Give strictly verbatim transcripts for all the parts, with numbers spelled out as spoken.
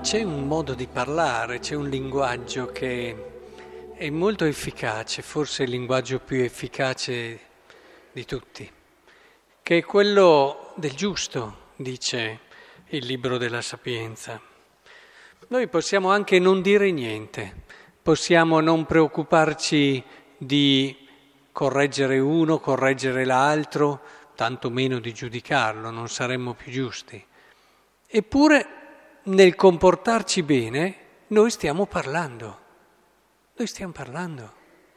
c'è un modo di parlare, c'è un linguaggio che è molto efficace, forse il linguaggio più efficace di tutti, che è quello del giusto, dice il libro della Sapienza. Noi possiamo anche non dire niente, possiamo non preoccuparci di correggere uno, correggere l'altro, tanto meno di giudicarlo, non saremmo più giusti. Eppure nel comportarci bene noi stiamo parlando, noi stiamo parlando.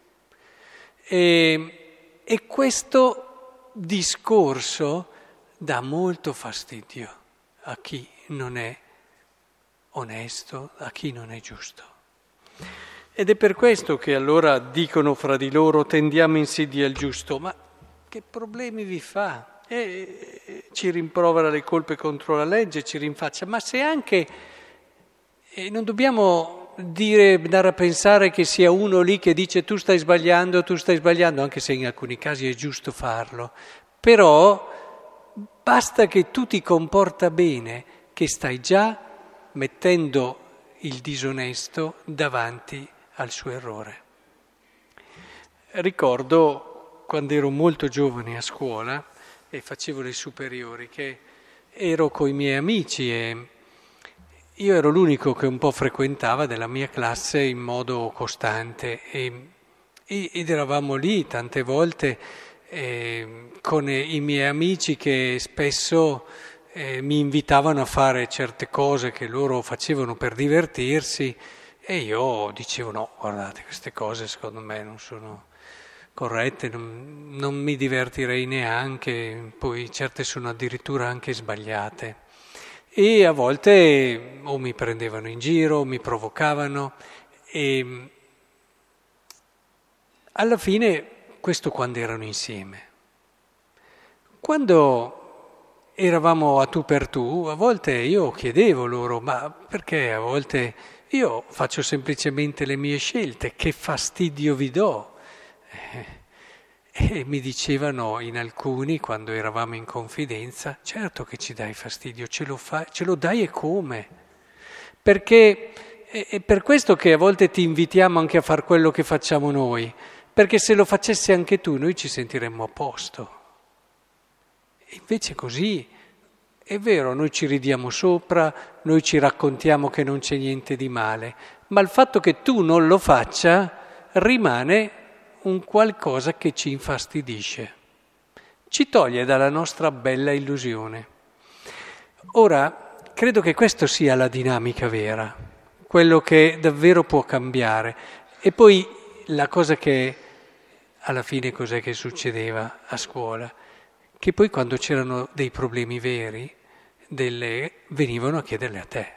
E, e questo discorso dà molto fastidio a chi non è onesto, a chi non è giusto. Ed è per questo che allora dicono fra di loro: tendiamo insidia al giusto. Ma che problemi vi fa? E ci rimprovera le colpe contro la legge, ci rinfaccia, ma se anche eh, non dobbiamo dire, dare a pensare che sia uno lì che dice tu stai sbagliando, tu stai sbagliando, anche se in alcuni casi è giusto farlo, però basta che tu ti comporta bene, che stai già mettendo il disonesto davanti al suo errore. Ricordo quando ero molto giovane a scuola e facevo le superiori, che ero coi miei amici e io ero l'unico che un po' frequentava della mia classe in modo costante e, ed eravamo lì tante volte eh, con i miei amici che spesso eh, mi invitavano a fare certe cose che loro facevano per divertirsi e io dicevo no, guardate, queste cose secondo me non sono corrette, non, non mi divertirei neanche, poi certe sono addirittura anche sbagliate. E a volte o mi prendevano in giro, o mi provocavano e alla fine questo quando erano insieme. Quando eravamo a tu per tu, a volte io chiedevo loro, ma perché a volte io faccio semplicemente le mie scelte, che fastidio vi do? E mi dicevano in alcuni, quando eravamo in confidenza, certo che ci dai fastidio, ce lo fai, ce lo dai e come? Perché è per questo che a volte ti invitiamo anche a fare quello che facciamo noi, perché se lo facessi anche tu noi ci sentiremmo a posto. E invece così, è vero, noi ci ridiamo sopra, noi ci raccontiamo che non c'è niente di male, ma il fatto che tu non lo faccia rimane un qualcosa che ci infastidisce, ci toglie dalla nostra bella illusione. Ora, credo che questa sia la dinamica vera, quello che davvero può cambiare. E poi la cosa che alla fine cos'è che succedeva a scuola? Che poi quando c'erano dei problemi veri, delle, venivano a chiederle a te.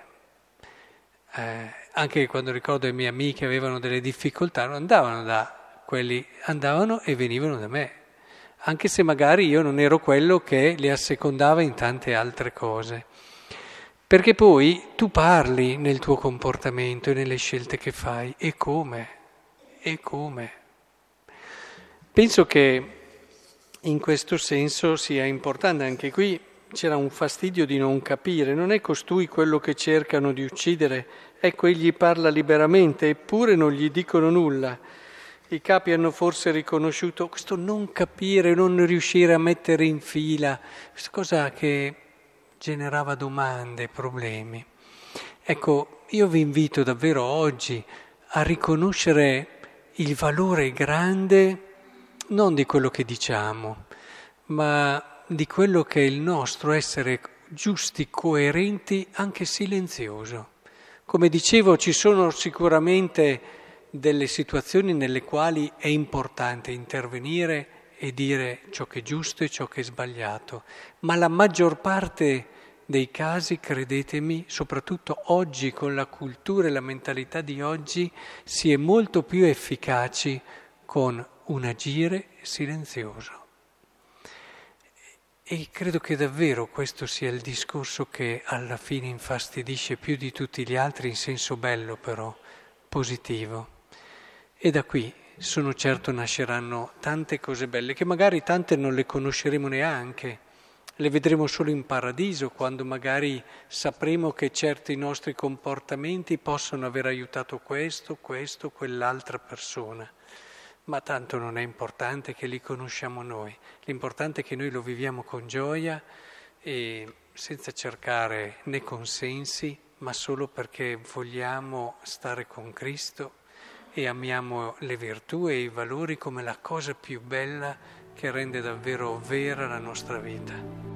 Eh, anche quando ricordo i miei amici che avevano delle difficoltà, non andavano da quelli, andavano e venivano da me, anche se magari io non ero quello che li assecondava in tante altre cose. Perché poi tu parli nel tuo comportamento e nelle scelte che fai, e come? E come? Penso che in questo senso sia importante, anche qui c'era un fastidio di non capire, non è costui quello che cercano di uccidere, ecco egli parla liberamente, eppure non gli dicono nulla. I capi hanno forse riconosciuto questo non capire, non riuscire a mettere in fila, questa cosa che generava domande, problemi. Ecco, io vi invito davvero oggi a riconoscere il valore grande non di quello che diciamo, ma di quello che è il nostro essere giusti, coerenti, anche silenzioso. Come dicevo, ci sono sicuramente delle situazioni nelle quali è importante intervenire e dire ciò che è giusto e ciò che è sbagliato, ma la maggior parte dei casi, credetemi, soprattutto oggi con la cultura e la mentalità di oggi, si è molto più efficaci con un agire silenzioso. E credo che davvero questo sia il discorso che alla fine infastidisce più di tutti gli altri, in senso bello però, positivo. E da qui, sono certo, nasceranno tante cose belle, che magari tante non le conosceremo neanche, Le vedremo solo in paradiso, quando magari sapremo che certi nostri comportamenti possono aver aiutato questo, questo, quell'altra persona. Ma tanto non è importante che li conosciamo noi, l'importante è che noi lo viviamo con gioia e senza cercare né consensi, ma solo perché vogliamo stare con Cristo e amiamo le virtù e i valori come la cosa più bella che rende davvero vera la nostra vita.